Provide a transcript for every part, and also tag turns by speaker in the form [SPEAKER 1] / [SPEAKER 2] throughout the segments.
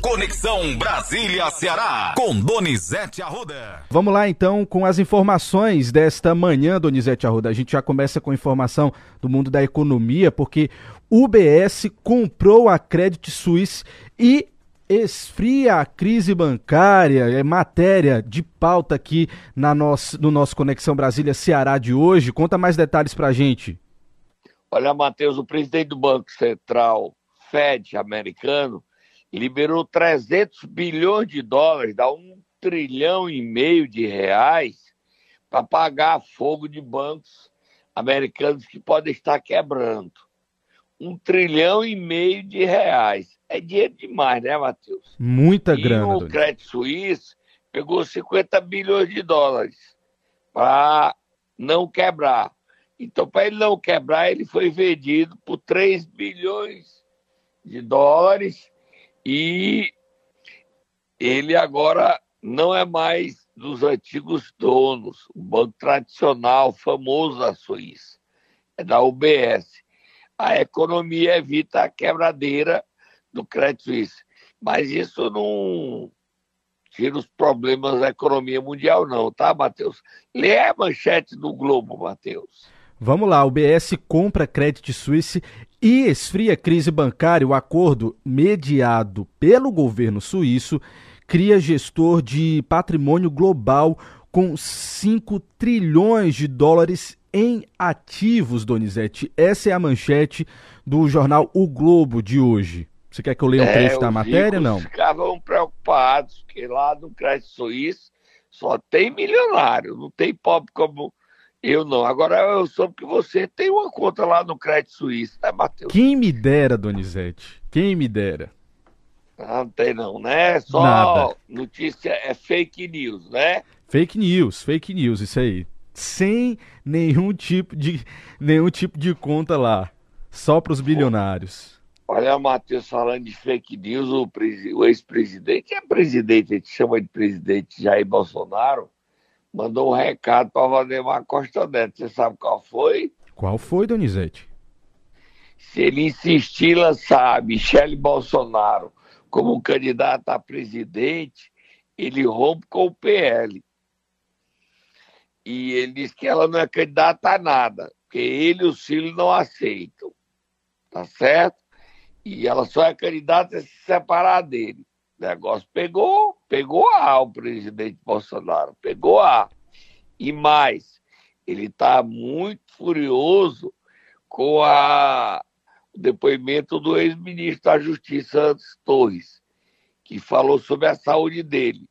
[SPEAKER 1] Conexão Brasília-Ceará, com Donizete Arruda.
[SPEAKER 2] Vamos lá então com as informações desta manhã, Donizete Arruda. A gente já começa com informação do mundo da economia, porque o UBS comprou a Credit Suisse e esfria a crise bancária. É matéria de pauta aqui no nosso Conexão Brasília-Ceará de hoje. Conta mais detalhes pra gente.
[SPEAKER 3] Olha, Matheus, o presidente do Banco Central, Fed americano, liberou 300 bilhões de dólares, dá 1,5 trilhão de reais, para pagar fogo de bancos americanos que podem estar quebrando. 1,5 trilhão de reais. É dinheiro demais, né, Matheus?
[SPEAKER 2] Muita grana.
[SPEAKER 3] E o Credit Suisse pegou 50 bilhões de dólares para não quebrar. Então, para ele não quebrar, ele foi vendido por 3 bilhões de dólares e ele agora não é mais dos antigos donos, o banco tradicional, famoso da Suíça, é da UBS. A economia evita a quebradeira do Credit Suisse, mas isso não tira os problemas da economia mundial não, tá, Matheus? Lê a manchete do Globo, Matheus.
[SPEAKER 2] Vamos lá, o UBS compra Credit Suisse e esfria a crise bancária. O acordo mediado pelo governo suíço cria gestor de patrimônio global com 5 trilhões de dólares em ativos, Donizete. Essa é a manchete do jornal O Globo de hoje. Você quer que eu leia um trecho da matéria, não?
[SPEAKER 3] Os ficavam preocupados, porque lá no Credit Suisse só tem milionário, não tem pobre como eu não. Agora eu soube que você tem uma conta lá no Credit Suisse, né, Matheus?
[SPEAKER 2] Quem me dera, Donizete, quem me dera.
[SPEAKER 3] Não tem não, né? Só
[SPEAKER 2] nada.
[SPEAKER 3] Notícia é fake news, né?
[SPEAKER 2] Fake news, isso aí. Sem nenhum tipo de conta lá. Só para os bilionários.
[SPEAKER 3] Olha, Matheus, falando de fake news, o ex-presidente, a gente chama de presidente Jair Bolsonaro, mandou um recado para Valdemar Costa Neto. Você sabe qual foi?
[SPEAKER 2] Qual foi, Donizete?
[SPEAKER 3] Se ele insistir em lançar Michele Bolsonaro como candidato a presidente, ele rompe com o PL. E ele diz que ela não é candidata a nada, porque ele e o Ciro não aceitam. Tá certo? E ela só é candidata a se separar dele. O negócio pegou o presidente Bolsonaro, pegou a. E mais, ele está muito furioso com o depoimento do ex-ministro da Justiça, Anderson Torres, que falou sobre a saúde dele.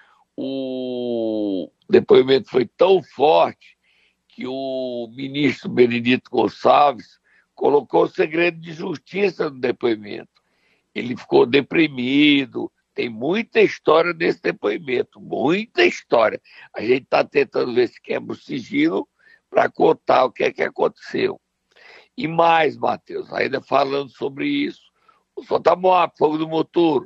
[SPEAKER 3] O depoimento foi tão forte que o ministro Benedito Gonçalves colocou o segredo de justiça no depoimento. Ele ficou deprimido. Tem muita história nesse depoimento, muita história. A gente está tentando ver se quebra o sigilo para contar o que é que aconteceu. E mais, Matheus, ainda falando sobre isso, o solta Moab, fogo do motor.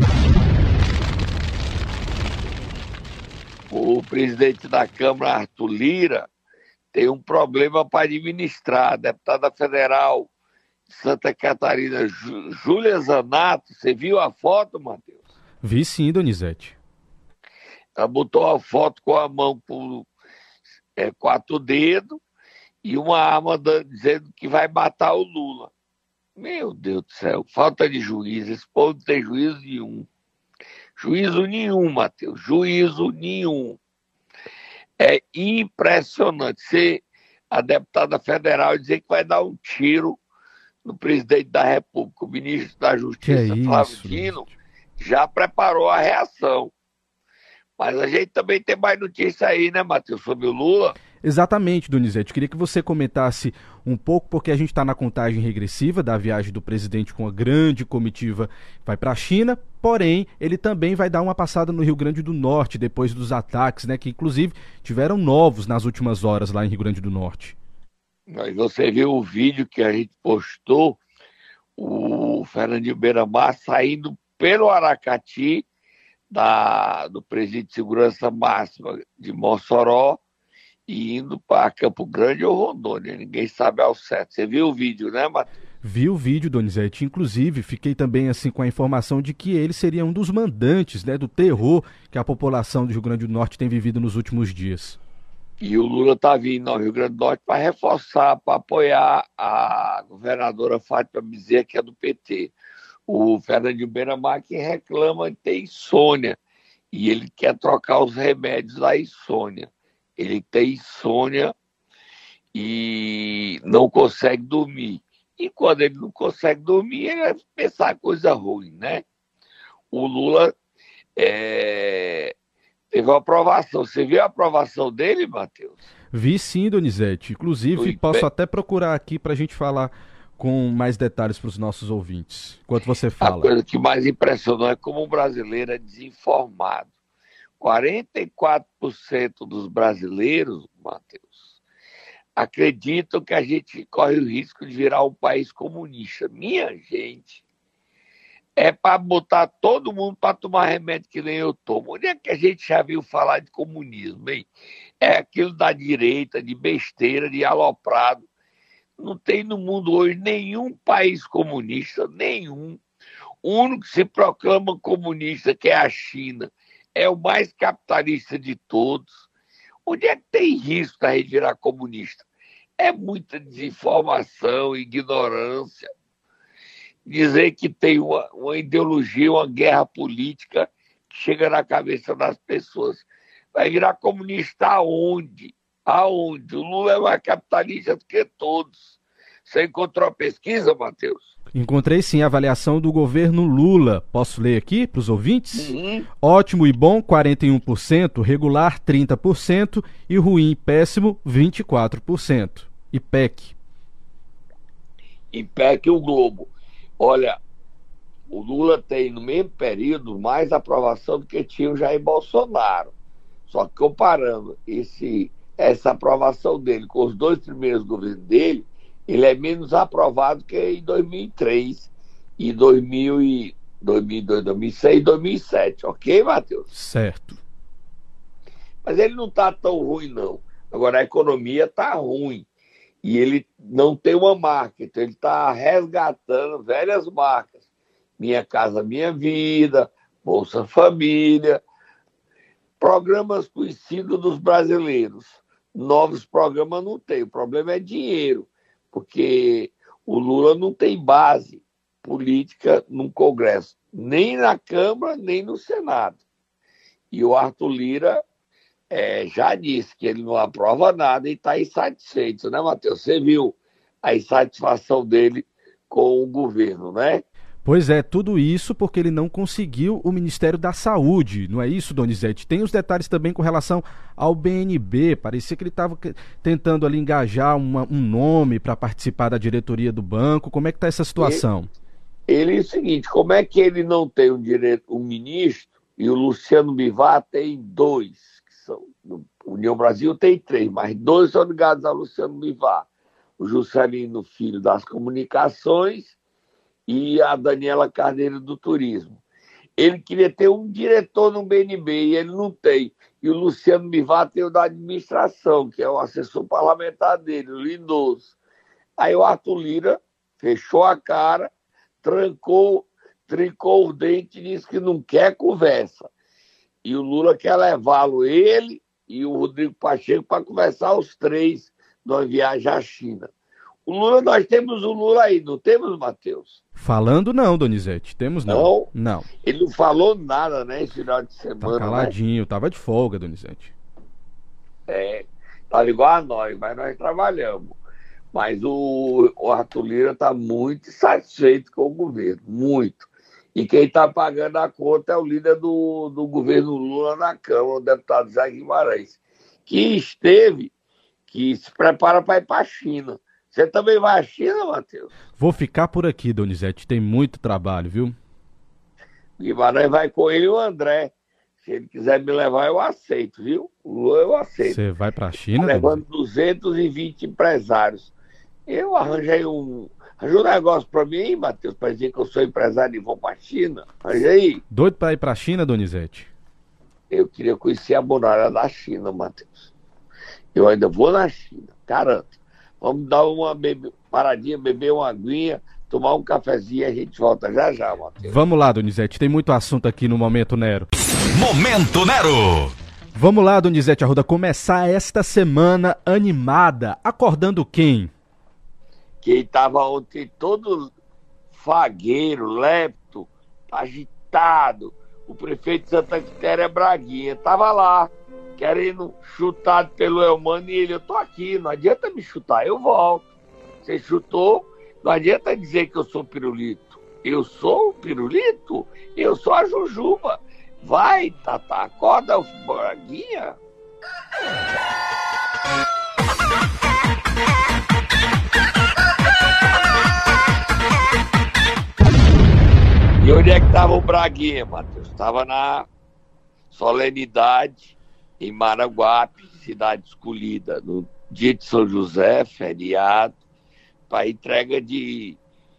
[SPEAKER 3] O presidente da Câmara, Arthur Lira, tem um problema para administrar. A deputada federal de Santa Catarina, Júlia Zanato, você viu a foto, Matheus?
[SPEAKER 2] Vi sim, Donizete.
[SPEAKER 3] Ela botou a foto com a mão por 4 dedos e uma arma dizendo que vai matar o Lula. Meu Deus do céu, falta de juízo. Esse povo não tem juízo nenhum. Juízo nenhum, Matheus. Juízo nenhum. É impressionante a deputada federal dizer que vai dar um tiro no presidente da República. O ministro da Justiça, Flávio Dino, já preparou a reação. Mas a gente também tem mais notícia aí, né, Matheus, sobre o Lula?
[SPEAKER 2] Exatamente, Donizete. Eu queria que você comentasse um pouco, porque a gente está na contagem regressiva da viagem do presidente com a grande comitiva que vai para a China, porém, ele também vai dar uma passada no Rio Grande do Norte, depois dos ataques, né, que inclusive tiveram novos nas últimas horas lá em Rio Grande do Norte.
[SPEAKER 3] E você viu o vídeo que a gente postou, o Fernandinho Beiramar saindo pelo Aracati, do Presídio de Segurança Máxima de Mossoró, e indo para Campo Grande ou Rondônia. Ninguém sabe ao certo. Você viu o vídeo, né, Matheus?
[SPEAKER 2] Vi o vídeo, Donizete, inclusive fiquei também assim com a informação de que ele seria um dos mandantes, né, do terror que a população do Rio Grande do Norte tem vivido nos últimos dias.
[SPEAKER 3] E o Lula está vindo ao Rio Grande do Norte para reforçar, para apoiar a governadora Fátima Bezerra, que é do PT. O Fernandinho Beiramar que reclama de ter insônia e ele quer trocar os remédios da insônia. Ele tem insônia e não consegue dormir. E quando ele não consegue dormir, ele vai pensar coisa ruim, né? O Lula teve uma aprovação. Você viu a aprovação dele, Matheus?
[SPEAKER 2] Vi sim, Donizete. Inclusive, posso até procurar aqui para a gente falar com mais detalhes para os nossos ouvintes, enquanto você fala.
[SPEAKER 3] A coisa que mais impressionou é como o brasileiro é desinformado. 44% dos brasileiros, Matheus, acreditam que a gente corre o risco de virar um país comunista. Minha gente, é para botar todo mundo para tomar remédio que nem eu tomo. Onde é que a gente já viu falar de comunismo, hein? É aquilo da direita, de besteira, de aloprado. Não tem no mundo hoje nenhum país comunista, nenhum. O único que se proclama comunista, que é a China, é o mais capitalista de todos. Onde é que tem risco da gente virar comunista? É muita desinformação, ignorância. Dizer que tem uma ideologia, uma guerra política que chega na cabeça das pessoas. Vai virar comunista aonde? Aonde? O Lula é mais capitalista do que todos. Você encontrou a pesquisa, Matheus?
[SPEAKER 2] Encontrei sim a avaliação do governo Lula. Posso ler aqui para os ouvintes?
[SPEAKER 3] Uhum.
[SPEAKER 2] Ótimo e bom, 41%, regular, 30% e ruim e péssimo, 24%. IPEC.
[SPEAKER 3] IPEC e o Globo. Olha, o Lula tem no mesmo período mais aprovação do que tinha o Jair Bolsonaro. Só que comparando essa aprovação dele com os dois primeiros governos dele, ele é menos aprovado que em 2003 e 2002, 2006 e 2007. Ok, Matheus?
[SPEAKER 2] Certo.
[SPEAKER 3] Mas ele não está tão ruim, não. Agora, a economia está ruim. E ele não tem uma marca. Então, ele está resgatando velhas marcas. Minha Casa Minha Vida, Bolsa Família, programas conhecidos dos brasileiros. Novos programas não tem. O problema é dinheiro. Porque o Lula não tem base política no Congresso, nem na Câmara, nem no Senado. E o Arthur Lira já disse que ele não aprova nada e está insatisfeito, né, Matheus? Você viu a insatisfação dele com o governo, né?
[SPEAKER 2] Pois é, tudo isso porque ele não conseguiu o Ministério da Saúde, não é isso, Donizete? Tem os detalhes também com relação ao BNB, parecia que ele estava tentando ali engajar um nome para participar da diretoria do banco. Como é que está essa situação?
[SPEAKER 3] Ele é o seguinte, como é que ele não tem um ministro e o Luciano Bivar tem dois, que são, União Brasil tem três, mas dois são ligados ao Luciano Bivar. O Juscelino Filho das Comunicações e a Daniela Carneiro do Turismo. Ele queria ter um diretor no BNB e ele não tem. E o Luciano Bivar tem o da administração, que é o assessor parlamentar dele, o Lindoso. Aí o Arthur Lira fechou a cara, trincou o dente e disse que não quer conversa. E o Lula quer levá-lo, ele e o Rodrigo Pacheco, para conversar os três numa viagem à China. O Lula, nós temos o Lula aí, não temos, Matheus?
[SPEAKER 2] Falando não, Donizete, temos não. Não.
[SPEAKER 3] Ele não falou nada, né, esse final de semana.
[SPEAKER 2] Tá caladinho,
[SPEAKER 3] né?
[SPEAKER 2] Tava de folga, Donizete.
[SPEAKER 3] Tá igual a nós, mas nós trabalhamos. Mas o Arthur Lira está muito satisfeito com o governo, muito. E quem está pagando a conta é o líder do governo Lula na Câmara, o deputado Zé Guimarães, que se prepara para ir para a China. Você também vai à China, Matheus?
[SPEAKER 2] Vou ficar por aqui, Donizete, tem muito trabalho, viu?
[SPEAKER 3] Guimarães vai com ele e o André. Se ele quiser me levar, eu aceito, viu? O Lula eu aceito.
[SPEAKER 2] Você vai para a China?
[SPEAKER 3] Tá levando 220 empresários. Eu arranjei um negócio para mim, Matheus, para dizer que eu sou empresário e vou para a China. Arranjei aí.
[SPEAKER 2] Doido para ir para a China, Donizete?
[SPEAKER 3] Eu queria conhecer a muralha da China, Matheus. Eu ainda vou na China, garanto. Vamos dar uma paradinha, beber uma aguinha, tomar um cafezinho e a gente volta já já, Matheus.
[SPEAKER 2] Vamos lá, Donizete, tem muito assunto aqui no Momento Nero.
[SPEAKER 1] Momento Nero!
[SPEAKER 2] Vamos lá, Donizete Arruda, começar esta semana animada. Acordando quem?
[SPEAKER 3] Quem estava ontem todo fagueiro, lepto, agitado, o prefeito de Santa Quitéria Braguinha, estava lá, querendo chutado pelo Eumano e ele, eu tô aqui, não adianta me chutar, eu volto. Você chutou, não adianta dizer que eu sou pirulito. Eu sou o pirulito? Eu sou a Jujuba. Vai, Tata, acorda o Braguinha. E onde é que estava o Braguinha, Matheus? Estava na solenidade em Maraguape, cidade escolhida, no dia de São José, feriado, para entrega de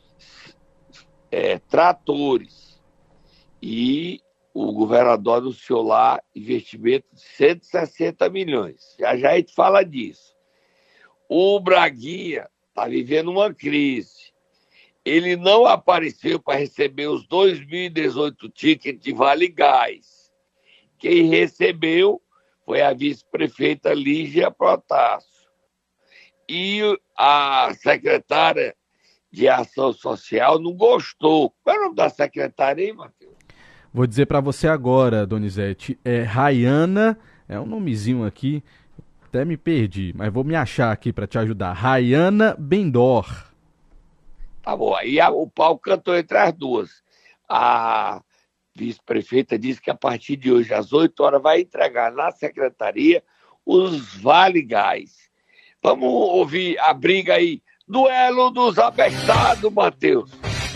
[SPEAKER 3] tratores. E o governador anunciou lá investimento de 160 milhões. Já já a gente fala disso. O Braguinha está vivendo uma crise. Ele não apareceu para receber os 2018 tickets de Vale Gás. Quem recebeu foi a vice-prefeita Lígia Protásio. E a secretária de Ação Social não gostou. Qual é o nome da secretária aí, Matheus?
[SPEAKER 2] Vou dizer para você agora, Donizete, Rayana, é um nomezinho aqui, até me perdi, mas vou me achar aqui para te ajudar. Rayana Bendor.
[SPEAKER 3] Tá bom, aí o pau cantou entre as duas. A vice-prefeita disse que a partir de hoje, às 8 horas, vai entregar na secretaria os Vale Gás. Vamos ouvir a briga aí. Duelo dos abestados, Matheus.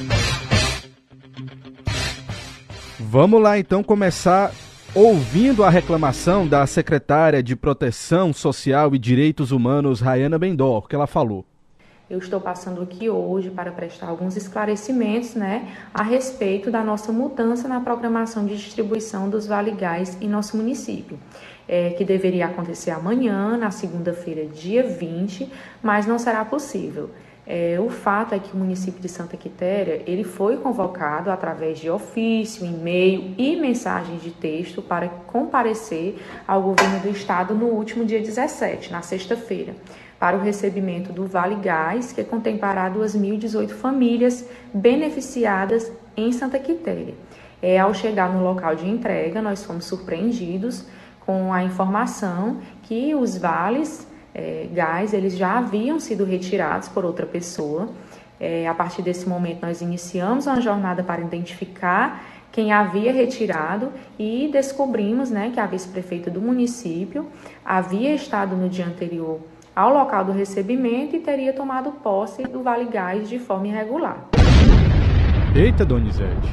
[SPEAKER 2] Vamos lá então começar ouvindo a reclamação da secretária de Proteção Social e Direitos Humanos, Rayana Bendor, que ela falou.
[SPEAKER 4] Eu estou passando aqui hoje para prestar alguns esclarecimentos, a respeito da nossa mudança na programação de distribuição dos Vale Gás em nosso município, que deveria acontecer amanhã, na segunda-feira, dia 20, mas não será possível. O fato é que o município de Santa Quitéria, ele foi convocado através de ofício, e-mail e mensagens de texto para comparecer ao governo do estado no último dia 17, na sexta-feira, para o recebimento do Vale Gás, que contemplará 2.018 famílias beneficiadas em Santa Quitéria. Ao chegar no local de entrega, nós fomos surpreendidos com a informação que os vales gás, eles já haviam sido retirados por outra pessoa. A partir desse momento, nós iniciamos uma jornada para identificar quem havia retirado e descobrimos, que a vice-prefeita do município havia estado no dia anterior ao local do recebimento e teria tomado posse do Vale Gás de forma irregular.
[SPEAKER 2] Eita, Donizete.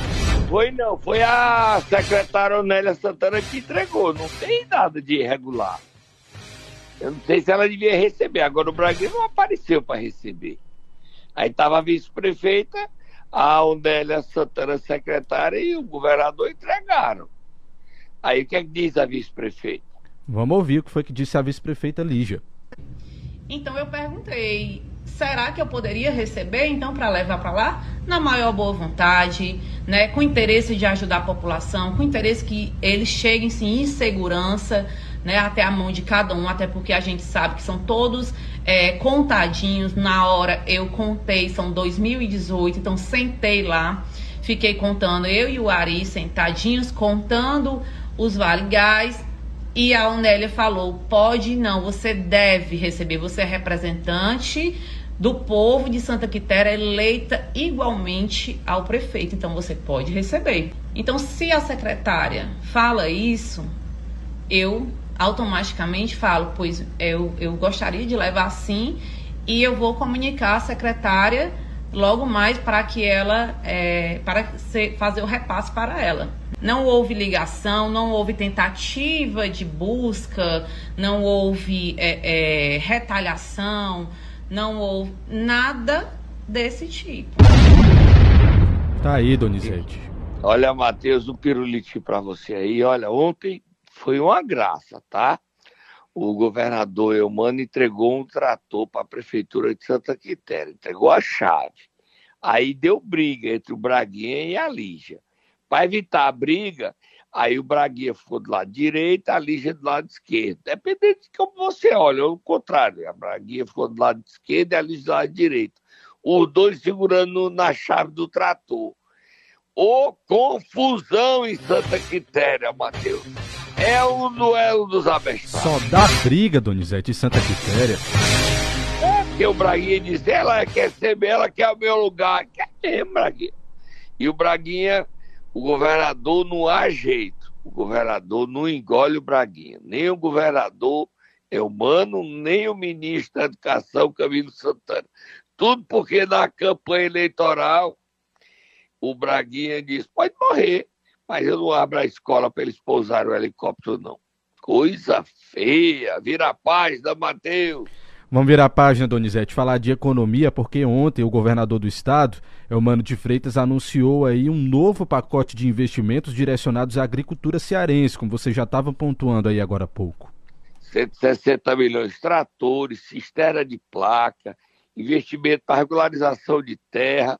[SPEAKER 3] Foi a secretária Onélia Santana que entregou, não tem nada de irregular. Eu não sei se ela devia receber, agora o Braguinha não apareceu para receber. Aí estava a vice-prefeita, a Onélia Santana secretária e o governador entregaram. Aí o que é que diz a vice-prefeita?
[SPEAKER 2] Vamos ouvir o que foi que disse a vice-prefeita Lígia.
[SPEAKER 5] Então eu perguntei, será que eu poderia receber então para levar para lá? Na maior boa vontade, com interesse de ajudar a população, com interesse que eles cheguem sim em segurança, até a mão de cada um, até porque a gente sabe que são todos contadinhos. Na hora eu contei, são 2018, então sentei lá, fiquei contando, eu e o Ari sentadinhos, contando os Vale Gás, e a Onélia falou, pode não, você deve receber, você é representante do povo de Santa Quitéria, eleita igualmente ao prefeito, então você pode receber. Então, se a secretária fala isso, eu automaticamente falo, pois eu gostaria de levar sim, e eu vou comunicar à secretária logo mais para que ela, fazer o repasse para ela. Não houve ligação, não houve tentativa de busca, não houve retaliação, não houve nada desse tipo.
[SPEAKER 2] Tá aí, Donizete.
[SPEAKER 3] Olha, Matheus, um pirulitinho para você aí. Olha, ontem foi uma graça, tá? O governador Eumano entregou um trator para a prefeitura de Santa Quitéria, entregou a chave. Aí deu briga entre o Braguinha e a Lígia. Para evitar a briga, aí o Braguinha ficou do lado direito, a Lígia do lado esquerdo. Dependendo de como você olha, ou o contrário. A Braguinha ficou do lado esquerdo e a Lígia do lado direito. Os dois segurando na chave do trator. Ô, confusão em Santa Quitéria, Matheus. É um duelo dos abestados.
[SPEAKER 2] Só dá briga, Donizete, em Santa Quitéria.
[SPEAKER 3] Porque o Braguinha disse, ela quer ser ela quer o meu lugar. Quer mesmo, Braguinha. E o Braguinha, o governador não há jeito. O governador não engole o Braguinha. Nem o governador Eumano, nem o ministro da Educação, Camilo Santana. Tudo porque na campanha eleitoral o Braguinha disse, pode morrer, mas eu não abro a escola para eles pousarem o helicóptero, não. Coisa feia. Vira a página, Matheus.
[SPEAKER 2] Vamos virar a página, Donizete, falar de economia, porque ontem o governador do estado, Eumano de Freitas, anunciou aí um novo pacote de investimentos direcionados à agricultura cearense, como você já estava pontuando aí agora há pouco.
[SPEAKER 3] 160 milhões de tratores, cisterna de placa, investimento para regularização de terra,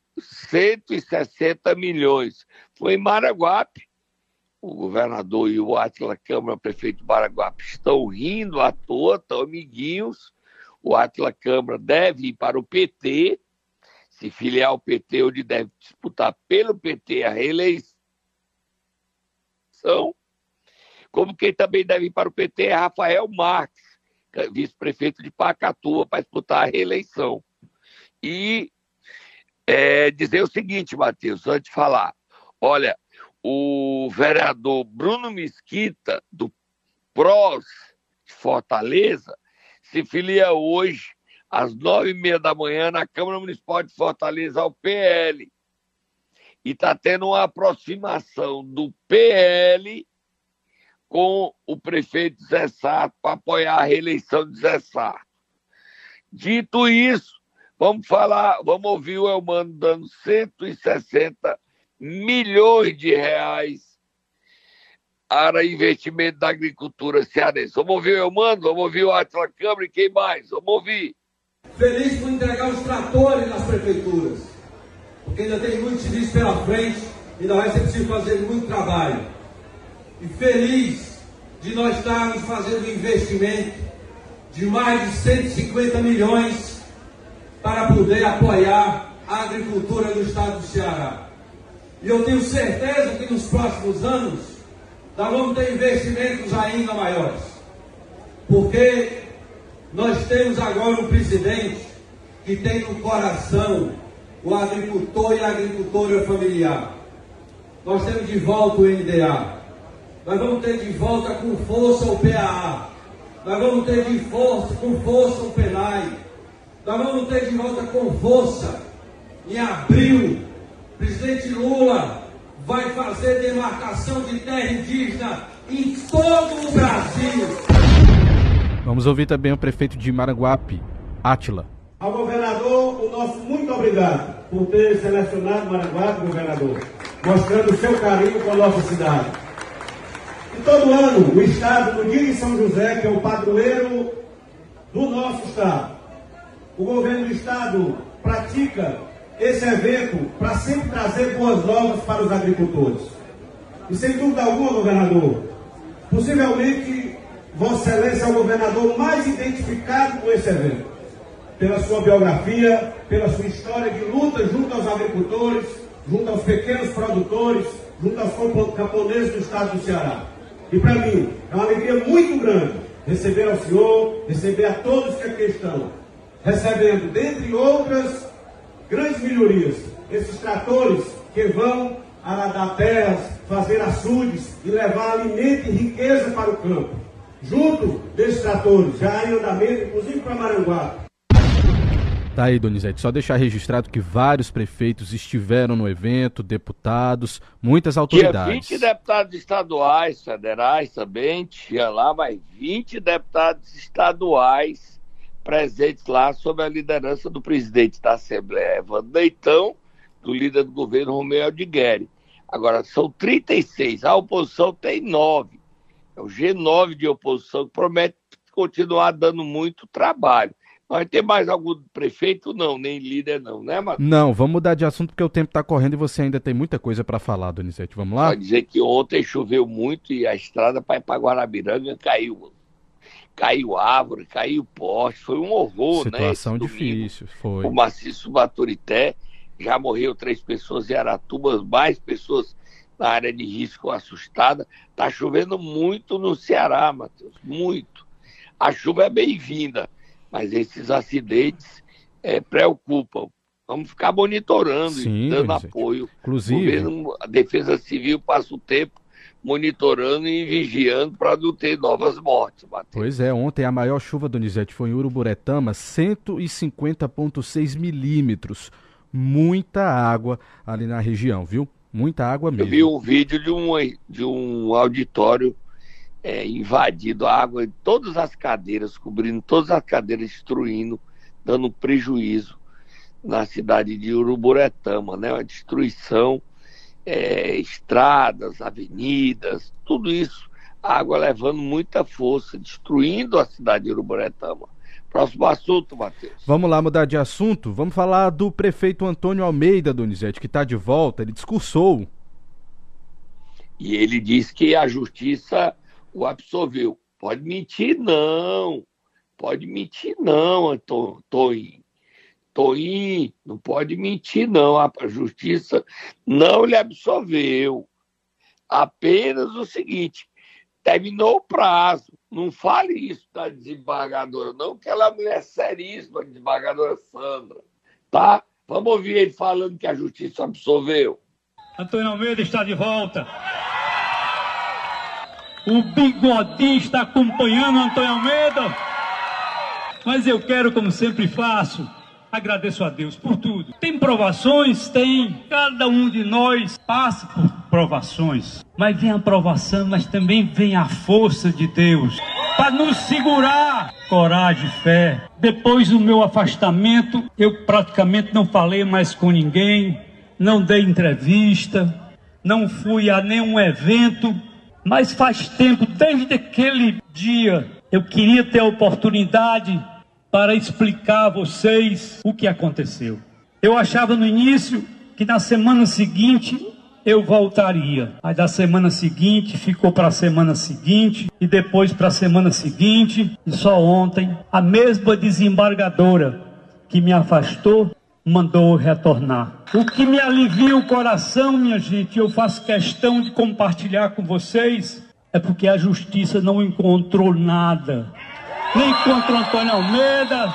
[SPEAKER 3] 160 milhões. Foi em Maranguape. O governador e o Átila Câmara, prefeito de Maranguape, estão rindo à toa, estão amiguinhos. O Átila Câmara deve ir para o PT, se filiar ao PT, onde deve disputar pelo PT a reeleição. Como quem também deve ir para o PT é Rafael Marques, vice-prefeito de Pacatuba, para disputar a reeleição. E dizer o seguinte, Matheus, antes de falar, olha, o vereador Bruno Mesquita, do PROS de Fortaleza, se filia hoje, às 9h30 da manhã, na Câmara Municipal de Fortaleza, ao PL. E está tendo uma aproximação do PL com o prefeito Zé Sarto para apoiar a reeleição de Zé Sarto. Dito isso, vamos ouvir o Eumano dando 160 milhões de reais para investimento da agricultura cearense. Vamos ouvir o Eumano, vamos ouvir o Átila Câmara e quem mais? Vamos ouvir.
[SPEAKER 6] Feliz por entregar os tratores nas prefeituras, porque ainda tem muito serviço pela frente, ainda vai ser preciso fazer muito trabalho. E feliz de nós estarmos fazendo um investimento de mais de 150 milhões para poder apoiar a agricultura no estado do Ceará. E eu tenho certeza que nos próximos anos nós vamos ter investimentos ainda maiores. Porque nós temos agora um presidente que tem no coração o agricultor e a agricultora familiar. Nós temos de volta o NDA. Nós vamos ter de volta com força o PAA. Nós vamos ter com força o PENAI. Nós vamos ter de volta com força, em abril, o presidente Lula vai fazer demarcação de terra indígena em todo o Brasil.
[SPEAKER 2] Vamos ouvir também o prefeito de Maranguape, Átila.
[SPEAKER 7] Ao governador, o nosso muito obrigado por ter selecionado Maranguape, governador, mostrando o seu carinho com a nossa cidade. E todo ano, o Estado, no dia de São José, que é o padroeiro do nosso Estado, o governo do Estado pratica esse evento para sempre trazer boas novas para os agricultores. E sem dúvida alguma, governador, possivelmente Vossa Excelência é o governador mais identificado com esse evento, pela sua biografia, pela sua história de luta junto aos agricultores, junto aos pequenos produtores, junto aos camponeses do estado do Ceará. E para mim, é uma alegria muito grande receber ao senhor, receber a todos que aqui estão, recebendo, dentre outras grandes melhorias, esses tratores que vão aradar terras, fazer açudes e levar alimento e riqueza para o campo. Junto desses tratores, já em andamento, inclusive para Maranguape.
[SPEAKER 2] Tá aí, Donizete, só deixar registrado que vários prefeitos estiveram no evento, deputados, muitas autoridades.
[SPEAKER 3] Tinha 20 deputados estaduais, federais também, tinha lá, mas 20 deputados estaduais presentes lá sob a liderança do presidente da Assembleia, Evandro Leitão, do líder do governo, Romeu Aldigueri. Agora, são 36, a oposição tem 9. É o G9 de oposição que promete continuar dando muito trabalho. Vai ter mais algum prefeito? Não, nem líder não, né, Matheus?
[SPEAKER 2] Não, vamos mudar de assunto porque o tempo está correndo e você ainda tem muita coisa para falar, Donizete. Vamos lá?
[SPEAKER 3] Pode dizer que ontem choveu muito e a estrada para ir para Guarabiranga caiu. Caiu árvore, caiu poste, foi um horror,
[SPEAKER 2] Situação
[SPEAKER 3] né?
[SPEAKER 2] difícil, foi.
[SPEAKER 3] O maciço Baturité, já morreu 3 pessoas em Aratuba, mais pessoas na área de risco assustada. Tá chovendo muito no Ceará, Matheus, muito. A chuva é bem-vinda, mas esses acidentes preocupam. Vamos ficar monitorando
[SPEAKER 2] Sim,
[SPEAKER 3] e dando
[SPEAKER 2] Donizete.
[SPEAKER 3] apoio.
[SPEAKER 2] Inclusive,
[SPEAKER 3] A Defesa Civil passa o tempo monitorando e vigiando para não ter novas mortes, Matheus.
[SPEAKER 2] pois é, ontem a maior chuva, Donizete, foi em Uruburetama, 150,6 milímetros. Muita água ali na região, viu? Muita água
[SPEAKER 3] Eu
[SPEAKER 2] mesmo.
[SPEAKER 3] vi um vídeo de um auditório invadido, a água em todas as cadeiras, cobrindo todas as cadeiras, destruindo, dando prejuízo na cidade de Uruburetama, né? Uma destruição, estradas, avenidas, tudo isso, a água levando muita força, destruindo a cidade de Uruburetama. Próximo assunto, Matheus.
[SPEAKER 2] Vamos lá mudar de assunto? Vamos falar do prefeito Antônio Almeida, Donizete, que está de volta. Ele discursou.
[SPEAKER 3] E ele disse que a justiça o absolveu. Pode mentir, não. Pode mentir, não, Toinho. Toinho, não pode mentir, não. A justiça não lhe absolveu. Apenas o seguinte, terminou o prazo. Não fale isso da desembargadora, não, que ela é uma mulher seríssima, a desembargadora Sandra. Tá? Vamos ouvir ele falando que a justiça absolveu.
[SPEAKER 8] Antônio Almeida está de volta. O Bigodinho está acompanhando Antônio Almeida. Mas eu quero, como sempre faço, agradeço a Deus por tudo. Tem provações? Tem. Cada um de nós passa por provações. Mas vem a provação, mas também vem a força de Deus para nos segurar. Coragem, fé. Depois do meu afastamento, eu praticamente não falei mais com ninguém, não dei entrevista, não fui a nenhum evento. Mas faz tempo, desde aquele dia, eu queria ter a oportunidade para explicar a vocês o que aconteceu. Eu achava no início que na semana seguinte eu voltaria. Mas da semana seguinte ficou para a semana seguinte e depois para a semana seguinte. E só ontem a mesma desembargadora que me afastou mandou retornar. O que me alivia o coração, minha gente, eu faço questão de compartilhar com vocês, é porque a justiça não encontrou nada. Nem contra o Antônio Almeida,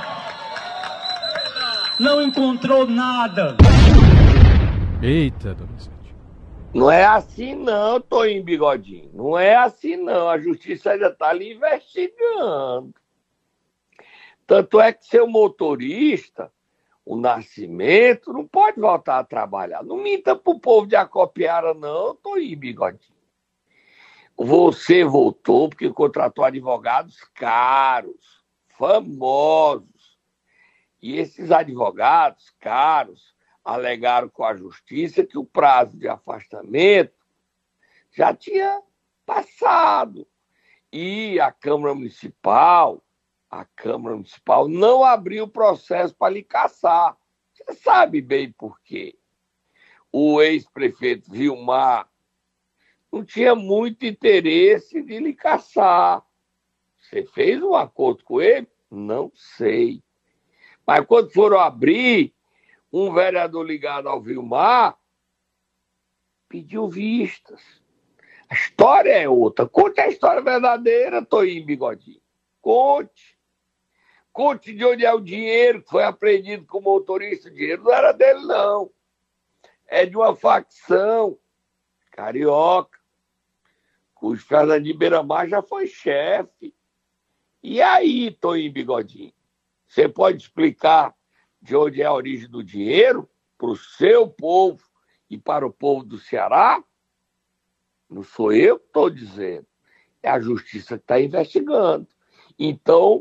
[SPEAKER 8] não encontrou nada.
[SPEAKER 2] Eita, Donizete.
[SPEAKER 3] Não é assim não, Toinho Bigodinho. Não é assim não. A justiça ainda está ali investigando. Tanto é que seu motorista, o Nascimento, não pode voltar a trabalhar. Não minta pro povo de Acopiara, não, Toinho Bigodinho. Você voltou porque contratou advogados caros, famosos. E esses advogados caros alegaram com a justiça que o prazo de afastamento já tinha passado. E a Câmara Municipal não abriu o processo para lhe caçar. Você sabe bem por quê. O ex-prefeito Vilmar não tinha muito interesse de lhe caçar. Você fez um acordo com ele? Não sei. Mas quando foram abrir, um vereador ligado ao Vilmar pediu vistas. A história é outra. Conte a história verdadeira, Toinho Bigodinho. Conte. Conte de onde é o dinheiro que foi apreendido com o motorista. O dinheiro não era dele, não. É de uma facção carioca, cujo Fernandinho Beiramar já foi chefe. E aí, Toinho Bigodinho, você pode explicar de onde é a origem do dinheiro para o seu povo e para o povo do Ceará? Não sou eu que estou dizendo. É a justiça que está investigando. Então,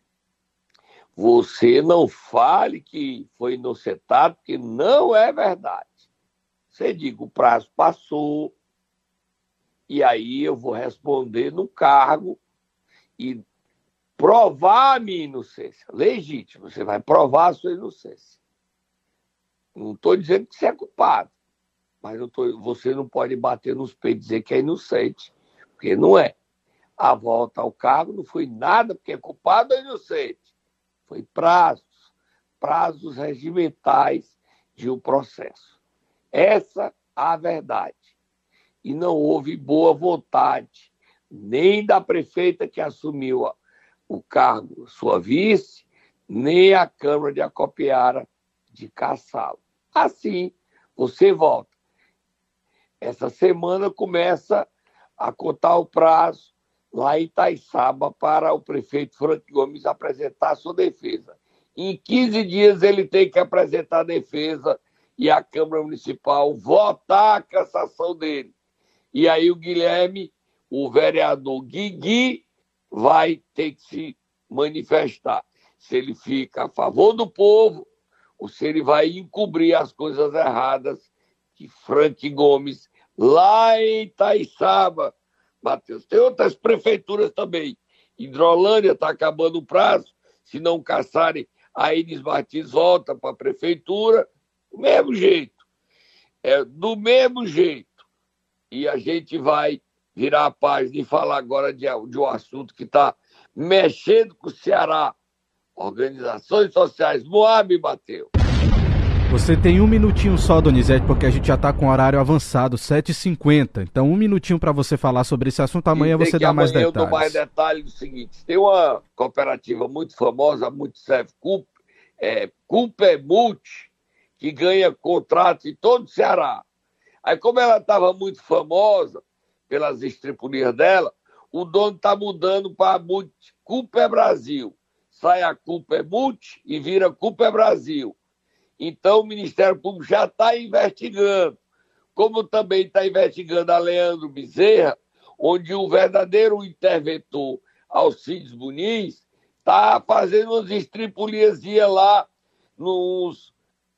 [SPEAKER 3] você não fale que foi inocentado, porque não é verdade. Você diga, o prazo passou, e aí eu vou responder no cargo, e provar a minha inocência. Legítimo, você vai provar a sua inocência. Não estou dizendo que você é culpado, mas você não pode bater nos peitos e dizer que é inocente, porque não é. A volta ao cargo não foi nada porque é culpado ou inocente. Foi prazos regimentais de um processo. Essa a verdade. E não houve boa vontade, nem da prefeita que assumiu o cargo, sua vice, nem a Câmara de Acopiara de caçá-lo. Assim, você volta. Essa semana começa a contar o prazo lá em Itaiçaba para o prefeito Frank Gomes apresentar a sua defesa. Em 15 dias ele tem que apresentar a defesa e a Câmara Municipal votar a cassação dele. E aí o Guilherme, o vereador Guigui, vai ter que se manifestar. Se ele fica a favor do povo ou se ele vai encobrir as coisas erradas que Frank Gomes, lá em Itaiçaba, Matheus. Tem outras prefeituras também. Hidrolândia está acabando o prazo. Se não caçarem, a Inês Martins volta para a prefeitura. Do mesmo jeito. Do mesmo jeito. E a gente vai virar a página e falar agora de um assunto que está mexendo com o Ceará. Organizações sociais. Moab bateu.
[SPEAKER 2] Você tem um minutinho só, Donizete, porque a gente já está com o horário avançado, 7h50. Então, um minutinho para você falar sobre esse assunto. Amanhã você dá mais detalhes.
[SPEAKER 3] Eu dou mais detalhes do seguinte. Tem uma cooperativa muito famosa, muito serve, Cooper Multi, que ganha contratos em todo o Ceará. Aí, como ela estava muito famosa pelas estripulias dela, o dono está mudando para a Cooper Brasil. Sai a Cooper Multi e vira Cooper Brasil. Então, o Ministério Público já está investigando, como também está investigando a Leandro Bezerra, onde o verdadeiro interventor, Alcides Muniz, está fazendo umas estripuliazinhas lá nos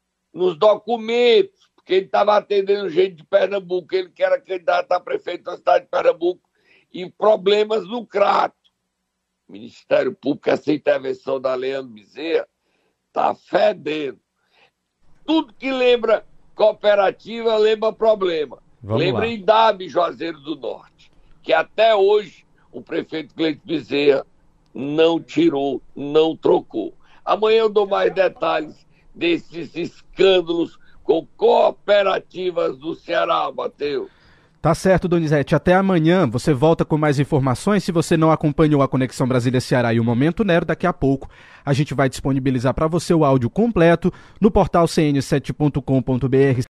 [SPEAKER 3] documentos, porque ele estava atendendo gente de Pernambuco, ele que era candidato a prefeito da cidade de Pernambuco, e problemas no Crato. O Ministério Público, essa intervenção da Leandro Bezerra, está fedendo. Tudo que lembra cooperativa lembra problema. Lembra Indab, Juazeiro do Norte, que até hoje o prefeito Cleiton Bezerra não tirou, não trocou. Amanhã eu dou mais detalhes desses escândalos com cooperativas do Ceará, Matheus.
[SPEAKER 2] Tá certo, Donizete. Até amanhã. Você volta com mais informações. Se você não acompanhou a Conexão Brasília-Ceará e o Momento Nero, daqui a pouco a gente vai disponibilizar para você o áudio completo no portal cn7.com.br.